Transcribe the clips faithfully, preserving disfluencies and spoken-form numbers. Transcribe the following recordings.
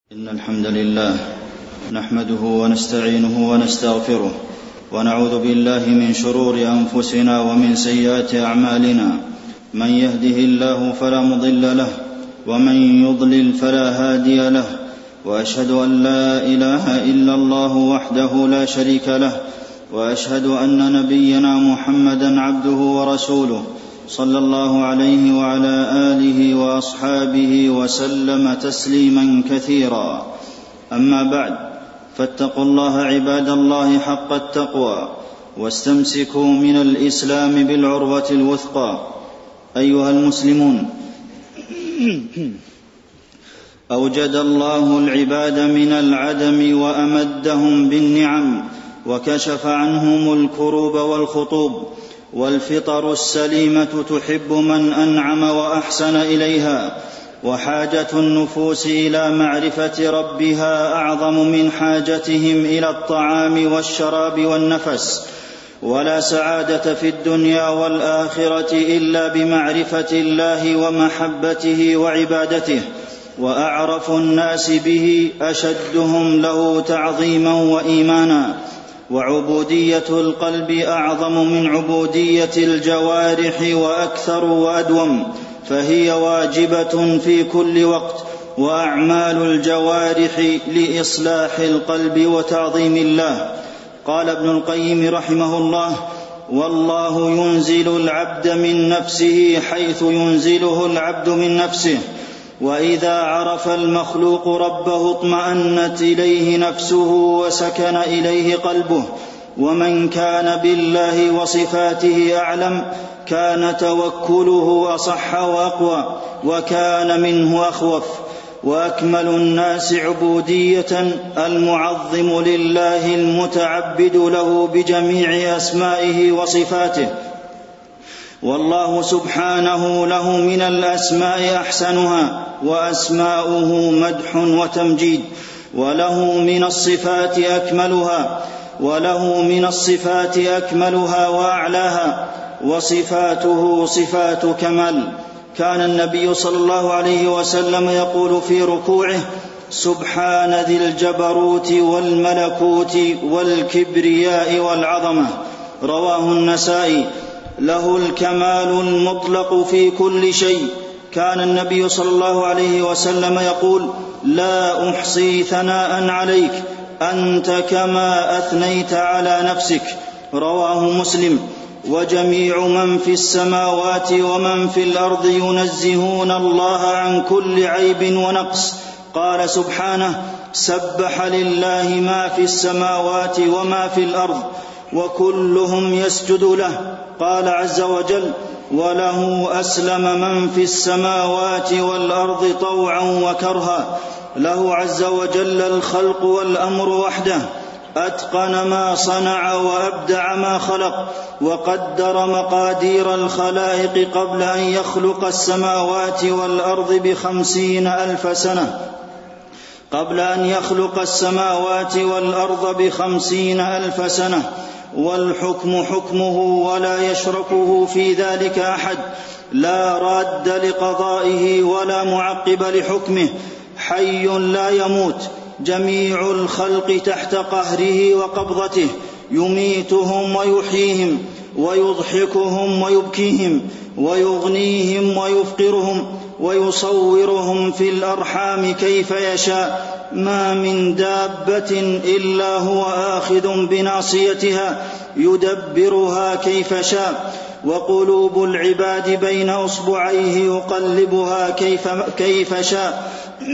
إن الحمد لله نحمده ونستعينه ونستغفره ونعوذ بالله من شرور أنفسنا ومن سيئات أعمالنا. من يهده الله فلا مضل له ومن يضلل فلا هادي له، وأشهد أن لا إله إلا الله وحده لا شريك له، وأشهد أن نبينا محمدا عبده ورسوله صلى الله عليه وعلى آله وأصحابه وسلم تسليما كثيرا. أما بعد، فاتقوا الله عباد الله حق التقوى، واستمسكوا من الإسلام بالعروة الوثقى. أيها المسلمون، أوجد الله العباد من العدم وأمدهم بالنعم، وكشف عنهم الكروب والخطوب، والفطر السليمة تحب من أنعم وأحسن إليها، وحاجة النفوس إلى معرفة ربها أعظم من حاجتهم إلى الطعام والشراب والنفس. ولا سعادة في الدنيا والآخرة إلا بمعرفة الله ومحبته وعبادته، وأعرف الناس به أشدهم له تعظيما وإيمانا. وعبودية القلب أعظم من عبودية الجوارح وأكثر وأدوم، فهي واجبة في كل وقت. وأعمال الجوارح لإصلاح القلب وتعظيم الله. قال ابن القيم رحمه الله: والله ينزل العبد من نفسه حيث ينزله العبد من نفسه، وإذا عرف المخلوق ربه اطمأنت إليه نفسه وسكن إليه قلبه. ومن كان بالله وصفاته أعلم كان توكله أصح وأقوى، وكان منه أخوف. وأكمل الناس عبودية المعظم لله المتعبد له بجميع أسمائه وصفاته. والله سبحانه له من الأسماء أحسنها، وأسماؤه مدح وتمجيد. وله من الصفات أكملها وله من الصفات أكملها وأعلاها، وصفاته صفات كمال. كان النبي صلى الله عليه وسلم يقول في ركوعه: سبحان ذي الجبروت والملكوت والكبرياء والعظمة. رواه النسائي. له الكمال المطلق في كل شيء. كان النبي صلى الله عليه وسلم يقول: لا أحصي ثناء عليك، أنت كما أثنيت على نفسك. رواه مسلم. وجميع من في السماوات ومن في الأرض ينزهون الله عن كل عيب ونقص. قال سبحانه: سبح لله ما في السماوات وما في الأرض وكلهم يسجد له. قال عز وجل: وله أسلم من في السماوات والأرض طوعا وكرها. له عز وجل الخلق والأمر وحده، أتقن ما صنع وأبدع ما خلق، وقدر مقادير الخلائق قبل أن يخلق السماوات والأرض بخمسين ألف سنة قبل أن يخلق السماوات والأرض بخمسين ألف سنة. والحكم حكمه ولا يشركه في ذلك أحد، لا راد لقضائه ولا معقب لحكمه. حي لا يموت، جميع الخلق تحت قهره وقبضته، يميتهم ويحييهم، ويضحكهم ويبكيهم، ويغنيهم ويفقرهم، ويصورهم في الأرحام كيف يشاء. ما من دابة إلا هو آخذ بناصيتها، يدبرها كيف شاء. وقلوب العباد بين أصبعيه يقلبها كيف, كيف شاء،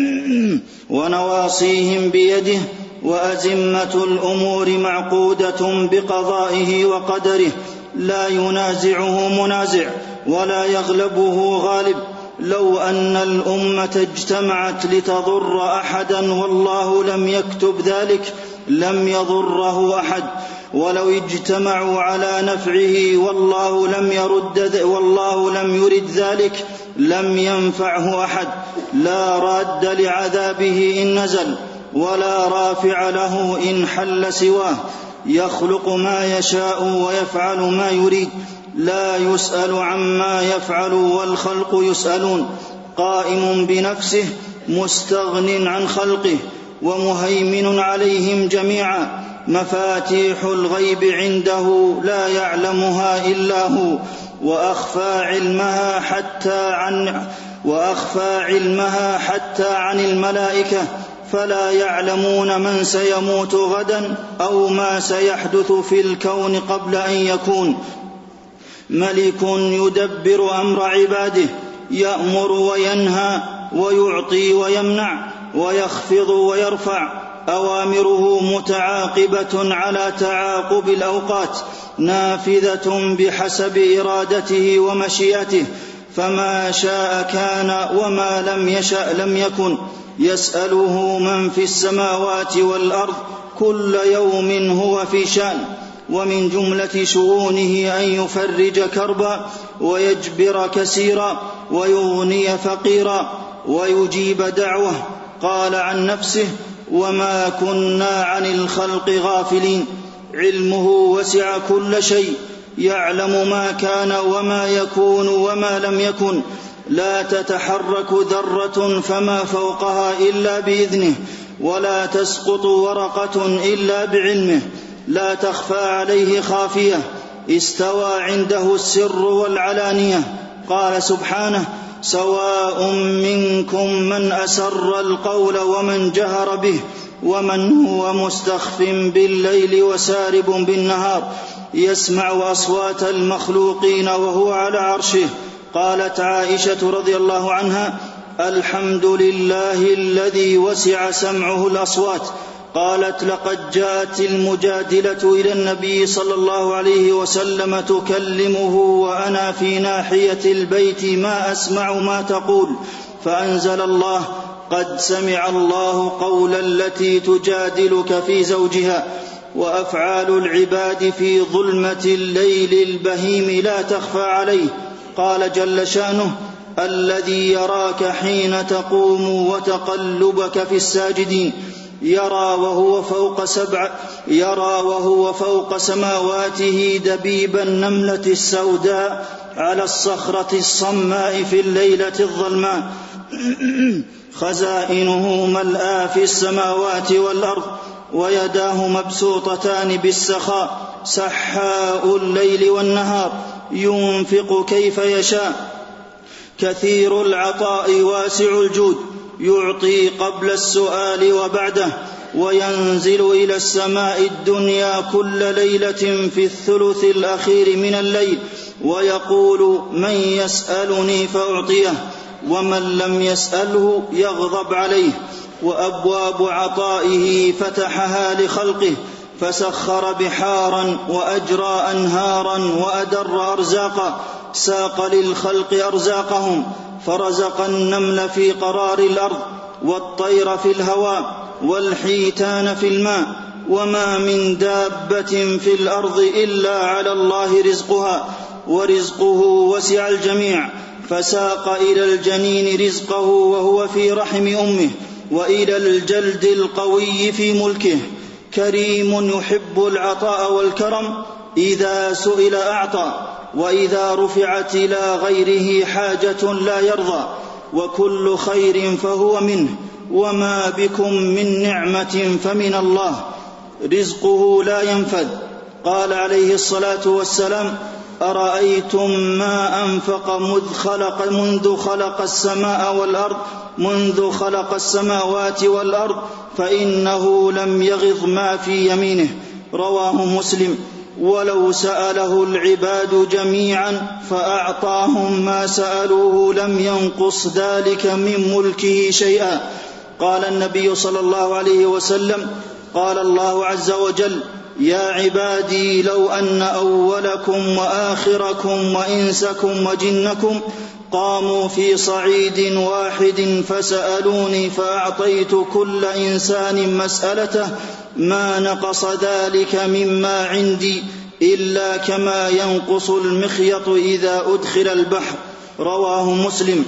ونواصيهم بيده، وأزمة الأمور معقودة بقضائه وقدره، لا ينازعه منازع ولا يغلبه غالب. لو أن الأمة اجتمعت لتضر أحدا والله لم يكتب ذلك لم يضره أحد، ولو اجتمعوا على نفعه والله لم يرد والله لم يرد ذلك لم ينفعه أحد. لا راد لعذابه إن نزل، ولا رافع له إن حل سواه. يخلق ما يشاء ويفعل ما يريد، لا يسأل عما يفعل والخلق يسألون. قائم بنفسه مستغن عن خلقه ومهيمن عليهم جميعا، مفاتيح الغيب عنده لا يعلمها إلا هو، وأخفى علمها حتى عن وأخفى علمها حتى عن الملائكة، فلا يعلمون من سيموت غدا أو ما سيحدث في الكون قبل أن يكون. ملك يدبر أمر عباده، يأمر وينهى ويعطي ويمنع ويخفض ويرفع، أوامره متعاقبة على تعاقب الأوقات، نافذة بحسب إرادته ومشيئته، فما شاء كان وما لم يشأ لم يكن. يسأله من في السماوات والأرض كل يوم هو في شأن، ومن جملة شؤونه أن يفرج كربا ويجبر كسيرا ويغني فقيرا ويجيب دعوة. قال عن نفسه: وما كنا عن الخلق غافلين. علمه وسع كل شيء، يعلم ما كان وما يكون وما لم يكن، لا تتحرك ذرة فما فوقها إلا بإذنه، ولا تسقط ورقة إلا بعلمه، لا تخفى عليه خافية، استوى عنده السر والعلانية. قال سبحانه: سواء منكم من أسر القول ومن جهر به ومن هو مستخف بالليل وسارب بالنهار، يسمع أصوات المخلوقين وهو على عرشه. قالت عائشة رضي الله عنها: الحمد لله الذي وسع سمعه الأصوات. قالت: لقد جاءت المجادلة إلى النبي صلى الله عليه وسلم تكلمه وأنا في ناحية البيت ما أسمع ما تقول، فأنزل الله: قد سمع الله قول التي تجادلك في زوجها. وأفعال العباد في ظلمة الليل البهيم لا تخفى عليه. قال جل شأنه: الذي يراك حين تقوم وتقلبك في الساجدين، يرى وهو فوق سبع يرى وهو فوق سماواته دبيب النملة السوداء على الصخرة الصماء في الليلة الظلماء، خزائنه ملآ في السماوات والأرض، ويداه مبسوطتان بالسخاء، سحاء الليل والنهار، ينفق كيف يشاء، كثير العطاء واسع الجود، يعطي قبل السؤال وبعده، وينزل إلى السماء الدنيا كل ليلة في الثلث الأخير من الليل، ويقول: من يسألني فأعطيه، ومن لم يسأله يغضب عليه. وأبواب عطائه فتحها لخلقه، فسخر بحارا وأجرى أنهارا وأدر أرزاقا، ساق للخلق أرزاقهم، فرزق النمل في قرار الأرض، والطير في الهواء، والحيتان في الماء، وما من دابة في الأرض إلا على الله رزقها، ورزقه وسع الجميع، فساق إلى الجنين رزقه وهو في رحم أمه، وإلى الجلد القوي في ملكه. كريم يحب العطاء والكرم، إذا سئل أعطى، وإذا رفعت إلى غيره حاجة لا يرضى، وكل خير فهو منه، وما بكم من نعمة فمن الله، رزقه لا ينفد. قال عليه الصلاة والسلام: أرأيتم ما أنفق منذ خلق, منذ خلق السماء والأرض منذ خلق السماوات والأرض فإنه لم يغض ما في يمينه. رواه مسلم. ولو سأله العباد جميعا فأعطاهم ما سألوه لم ينقص ذلك من ملكه شيئا. قال النبي صلى الله عليه وسلم: قال الله عز وجل: يا عبادي لو أن أولكم وآخركم وإنسكم وجنكم قاموا في صعيد واحد فسألوني فأعطيت كل إنسان مسألته ما نقص ذلك مما عندي إلا كما ينقص المخيط إذا أدخل البحر. رواه مسلم.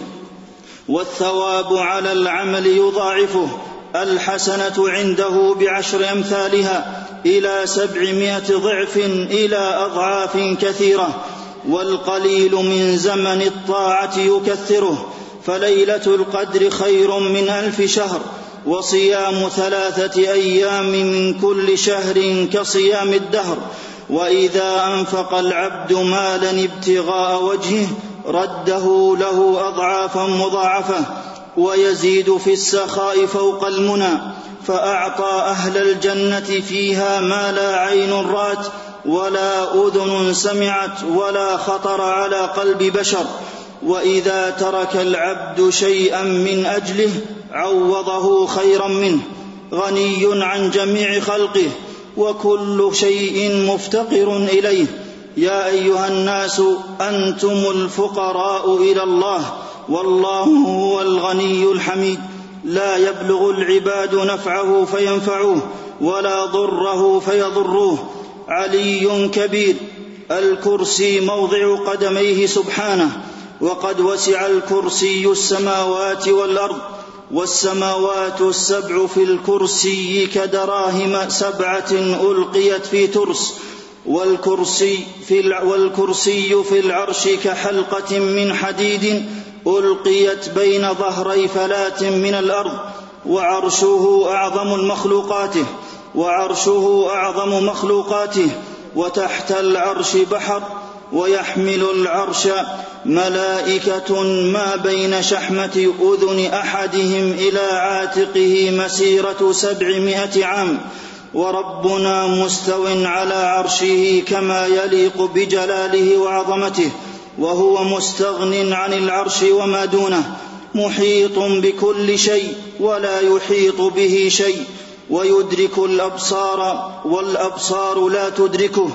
والثواب على العمل يضاعفه، الحسنة عنده بعشر أمثالها إلى سبعمائة ضعف إلى أضعاف كثيرة، والقليل من زمن الطاعة يكثره، فليلة القدر خير من ألف شهر، وصيام ثلاثة أيام من كل شهر كصيام الدهر. وإذا أنفق العبد مالا ابتغاء وجهه رده له أضعافا مضاعفة، ويزيد في السخاء فوق المنى، فأعطى أهل الجنة فيها ما لا عين رأت ولا أذن سمعت ولا خطر على قلب بشر. وإذا ترك العبد شيئا من أجله عوضه خيرا منه، غني عن جميع خلقه وكل شيء مفتقر إليه. يا أيها الناس أنتم الفقراء إلى الله والله هو الغني الحميد. لا يبلغ العباد نفعه فينفعوه ولا ضره فيضروه. علي كبير، الكرسي موضع قدميه سبحانه، وقد وسع الكرسي السماوات والأرض، والسماوات السبع في الكرسي كدراهم سبعة ألقيت في ترس، والكرسي في, والكرسي في العرش كحلقة من حديد ألقيت بين ظهري فلاة من الأرض. وعرشه أعظم المخلوقاته وعرشه أعظم مخلوقاته وتحت العرش بحر، ويحمل العرش ملائكة ما بين شحمة أذن أحدهم إلى عاتقه مسيرة سبعمائة عام. وربنا مستو على عرشه كما يليق بجلاله وعظمته، وهو مستغن عن العرش وما دونه، محيط بكل شيء ولا يحيط به شيء، ويدرك الأبصار والأبصار لا تدركه،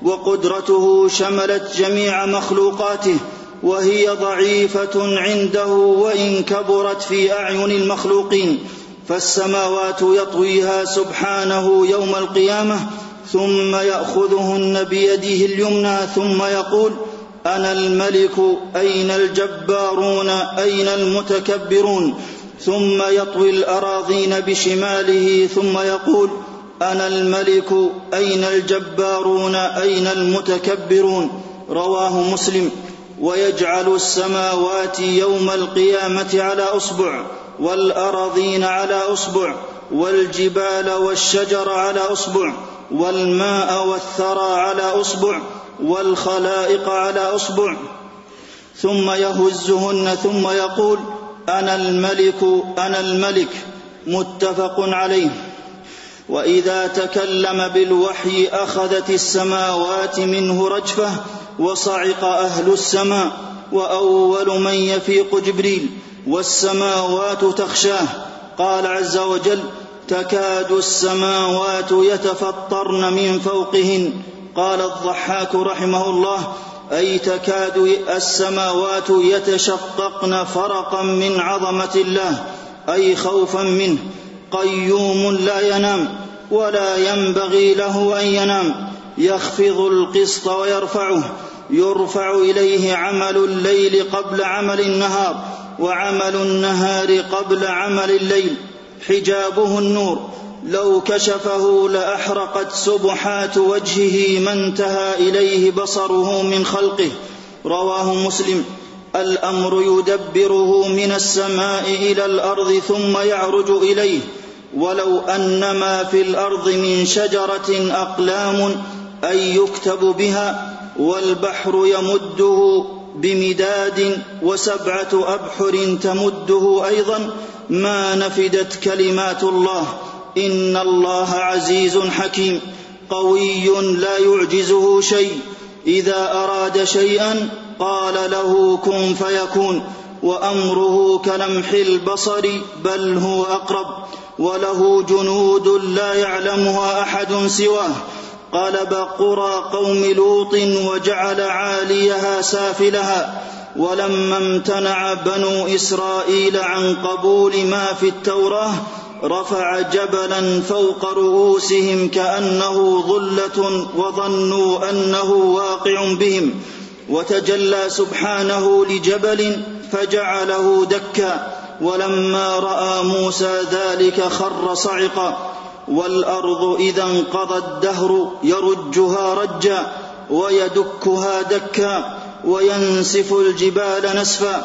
وقدرته شملت جميع مخلوقاته، وهي ضعيفة عنده وإن كبرت في أعين المخلوقين. فالسماوات يطويها سبحانه يوم القيامة، ثم يأخذهن بيده اليمنى ثم يقول: أنا الملك أين الجبارون أين المتكبرون؟ ثم يطوي الأراضين بشماله ثم يقول: أنا الملك أين الجبارون أين المتكبرون؟ رواه مسلم. ويجعل السماوات يوم القيامة على أصبع، والأراضين على أصبع، والجبال والشجر على أصبع، والماء والثرى على أصبع، والخلائق على أصبع، ثم يهزهن ثم يقول: أنا الملك أنا الملك. متفق عليه. وإذا تكلم بالوحي أخذت السماوات منه رجفة، وصعق أهل السماء، وأول من يفيق جبريل، والسماوات تخشاه. قال عز وجل: تكاد السماوات يتفطرن من فوقهن. قال الضحاك رحمه الله: أي تكاد السماوات يتشققن فرقا من عظمة الله، أي خوفا منه. قيوم لا ينام ولا ينبغي له أن ينام، يخفض القسط ويرفعه، يرفع إليه عمل الليل قبل عمل النهار، وعمل النهار قبل عمل الليل. حجابه النور، لو كشفه لأحرقت سبحات وجهه ما انتهى إليه بصره من خلقه. رواه مسلم. الأمر يدبره من السماء إلى الأرض ثم يعرج إليه. ولو أن ما في الأرض من شجرة أقلام أي يكتب بها، والبحر يمده بمداد، وسبعة أبحر تمده أيضا، ما نفدت كلمات الله. إن الله عزيز حكيم قوي لا يعجزه شيء، إذا أراد شيئا قال له كن فيكون، وأمره كلمح البصر بل هو أقرب، وله جنود لا يعلمها أحد سواه. قلب قرى قوم لوط وجعل عاليها سافلها. ولما امتنع بنو إسرائيل عن قبول ما في التوراة رفع جبلا فوق رؤوسهم كأنه ظلة وظنوا أنه واقع بهم، وتجلى سبحانه لجبل فجعله دكا. ولما رأى موسى ذلك خر صعقا. والأرض إذا انقضى الدهر يرجها رجا ويدكها دكا وينسف الجبال نسفا.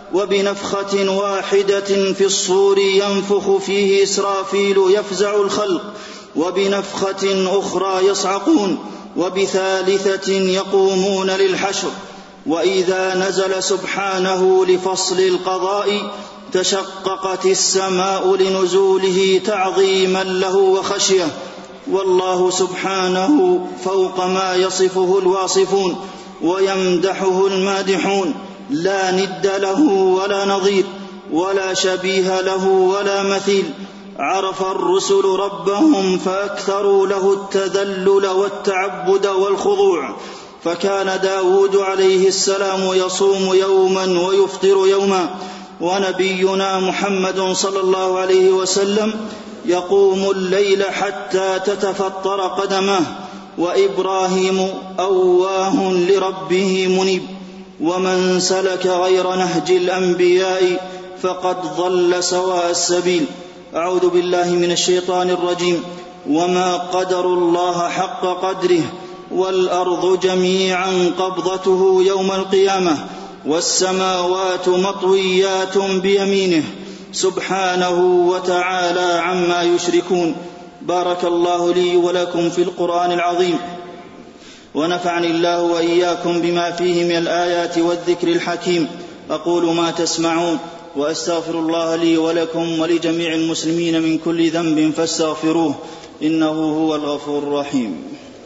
وبنفخة واحدة في الصور ينفخ فيه إسرافيل يفزع الخلق، وبنفخة أخرى يصعقون، وبثالثة يقومون للحشر. وإذا نزل سبحانه لفصل القضاء تشققت السماء لنزوله تعظيما له وخشية، والله سبحانه فوق ما يصفه الواصفون ويمدحه المادحون، لا ند له ولا نظير ولا شبيه له ولا مثيل. عرف الرسل ربهم فأكثروا له التذلل والتعبد والخضوع، فكان داود عليه السلام يصوم يوما ويفطر يوما، ونبينا محمد صلى الله عليه وسلم يقوم الليل حتى تتفطر قدماه، وإبراهيم أواه لربه منيب. ومن سلك غير نهج الأنبياء فقد ضل سواء السبيل. أعوذ بالله من الشيطان الرجيم. وما قدروا الله حق قدره، والأرض جميعا قبضته يوم القيامة، والسماوات مطويات بيمينه سبحانه وتعالى عما يشركون. بارك الله لي ولكم في القرآن العظيم، ونفعني الله وإياكم بما فيه من الآيات والذكر الحكيم. أقول ما تسمعون، وأستغفر الله لي ولكم ولجميع المسلمين من كل ذنب فاستغفروه، إنه هو الغفور الرحيم.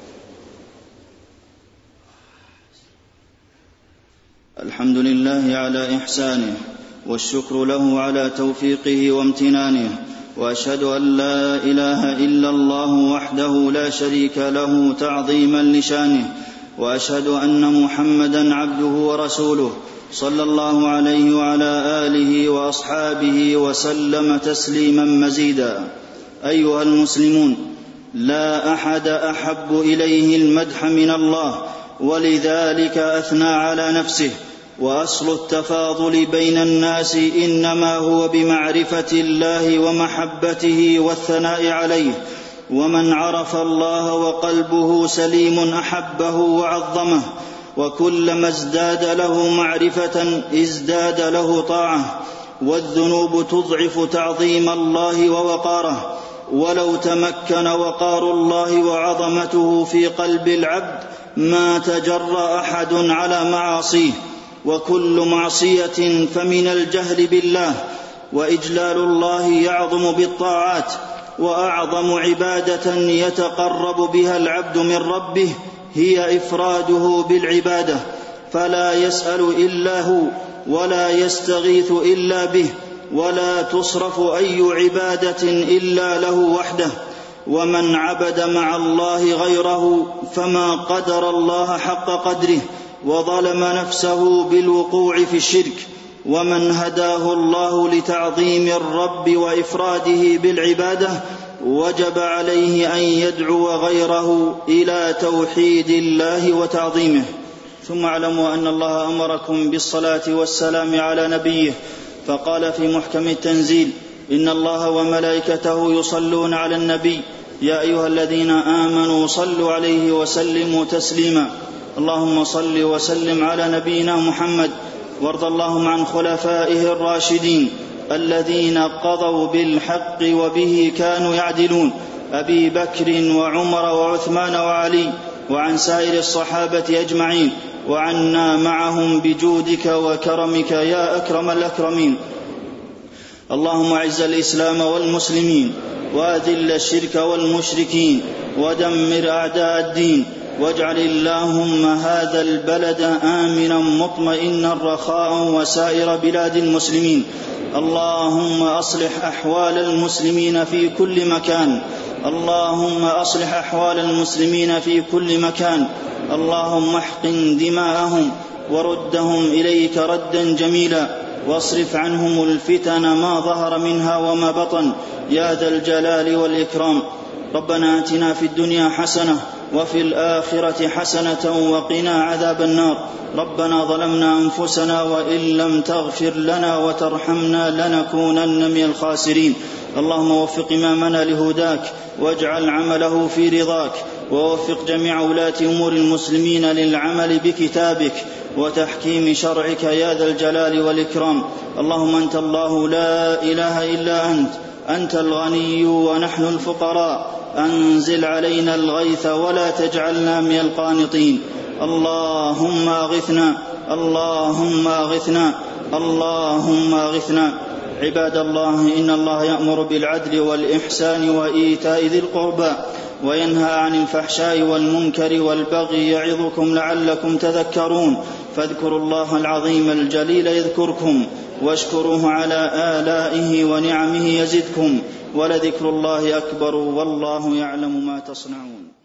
الحمد لله على إحسانه، والشكر له على توفيقه وامتنانه، وأشهد أن لا إله إلا الله وحده لا شريك له تعظيما لشانه، وأشهد أن محمدا عبده ورسوله صلى الله عليه وعلى آله وأصحابه وسلم تسليما مزيدا. أيها المسلمون، لا أحد أحب إليه المدح من الله، ولذلك أثنى على نفسه. وأصل التفاضل بين الناس إنما هو بمعرفة الله ومحبته والثناء عليه. ومن عرف الله وقلبه سليم أحبه وعظمه، وكلما ازداد له معرفة ازداد له طاعة. والذنوب تضعف تعظيم الله ووقاره، ولو تمكن وقار الله وعظمته في قلب العبد ما تجرأ أحد على معاصيه. وكل معصية فمن الجهل بالله، وإجلال الله يعظم بالطاعات. وأعظم عبادة يتقرب بها العبد من ربه هي إفراده بالعبادة، فلا يسأل إلا هو، ولا يستغيث إلا به، ولا تصرف أي عبادة إلا له وحده. ومن عبد مع الله غيره فما قدر الله حق قدره، وظلم نفسه بالوقوع في الشرك. ومن هداه الله لتعظيم الرب وإفراده بالعبادة وجب عليه أن يدعو غيره إلى توحيد الله وتعظيمه. ثم اعلموا أن الله أمركم بالصلاة والسلام على نبيه، فقال في محكم التنزيل: إن الله وملائكته يصلون على النبي يا أيها الذين آمنوا صلوا عليه وسلموا تسليما. اللهم صل وسلم على نبينا محمد، وارض اللهم عن خلفائه الراشدين الذين قضوا بالحق وبه كانوا يعدلون، أبي بكر وعمر وعثمان وعلي، وعن سائر الصحابة أجمعين، وعنا معهم بجودك وكرمك يا أكرم الأكرمين. اللهم أعز الإسلام والمسلمين، وأذل الشرك والمشركين، ودمر أعداء الدين، واجعل اللهم هذا البلد آمنا مطمئنا رخاء وسائر بلاد المسلمين. اللهم أصلح أحوال المسلمين في كل مكان، اللهم أصلح أحوال المسلمين في كل مكان. اللهم احقن دماءهم وردهم إليك ردا جميلا، واصرف عنهم الفتن ما ظهر منها وما بطن يا ذا الجلال والإكرام. ربنا آتنا في الدنيا حسنة وفي الآخرة حسنة وقنا عذاب النار. ربنا ظلمنا أنفسنا وإن لم تغفر لنا وترحمنا لنكونن من الخاسرين. اللهم وفق إمامنا لهداك واجعل عمله في رضاك، ووفق جميع ولاة أمور المسلمين للعمل بكتابك وتحكيم شرعك يا ذا الجلال والإكرام. اللهم أنت الله لا إله إلا أنت، أنت الغني ونحن الفقراء، أنزل علينا الغيث ولا تجعلنا من القانطين. اللهم أغثنا، اللهم أغثنا، اللهم أغثنا. عباد الله، إن الله يأمر بالعدل والإحسان وإيتاء ذي القربى وينهى عن الفحشاء والمنكر والبغي يعظكم لعلكم تذكرون. فاذكروا الله العظيم الجليل يذكركم، واشكروه على آلائه ونعمه يزدكم، ولذكر الله أكبر والله يعلم ما تصنعون.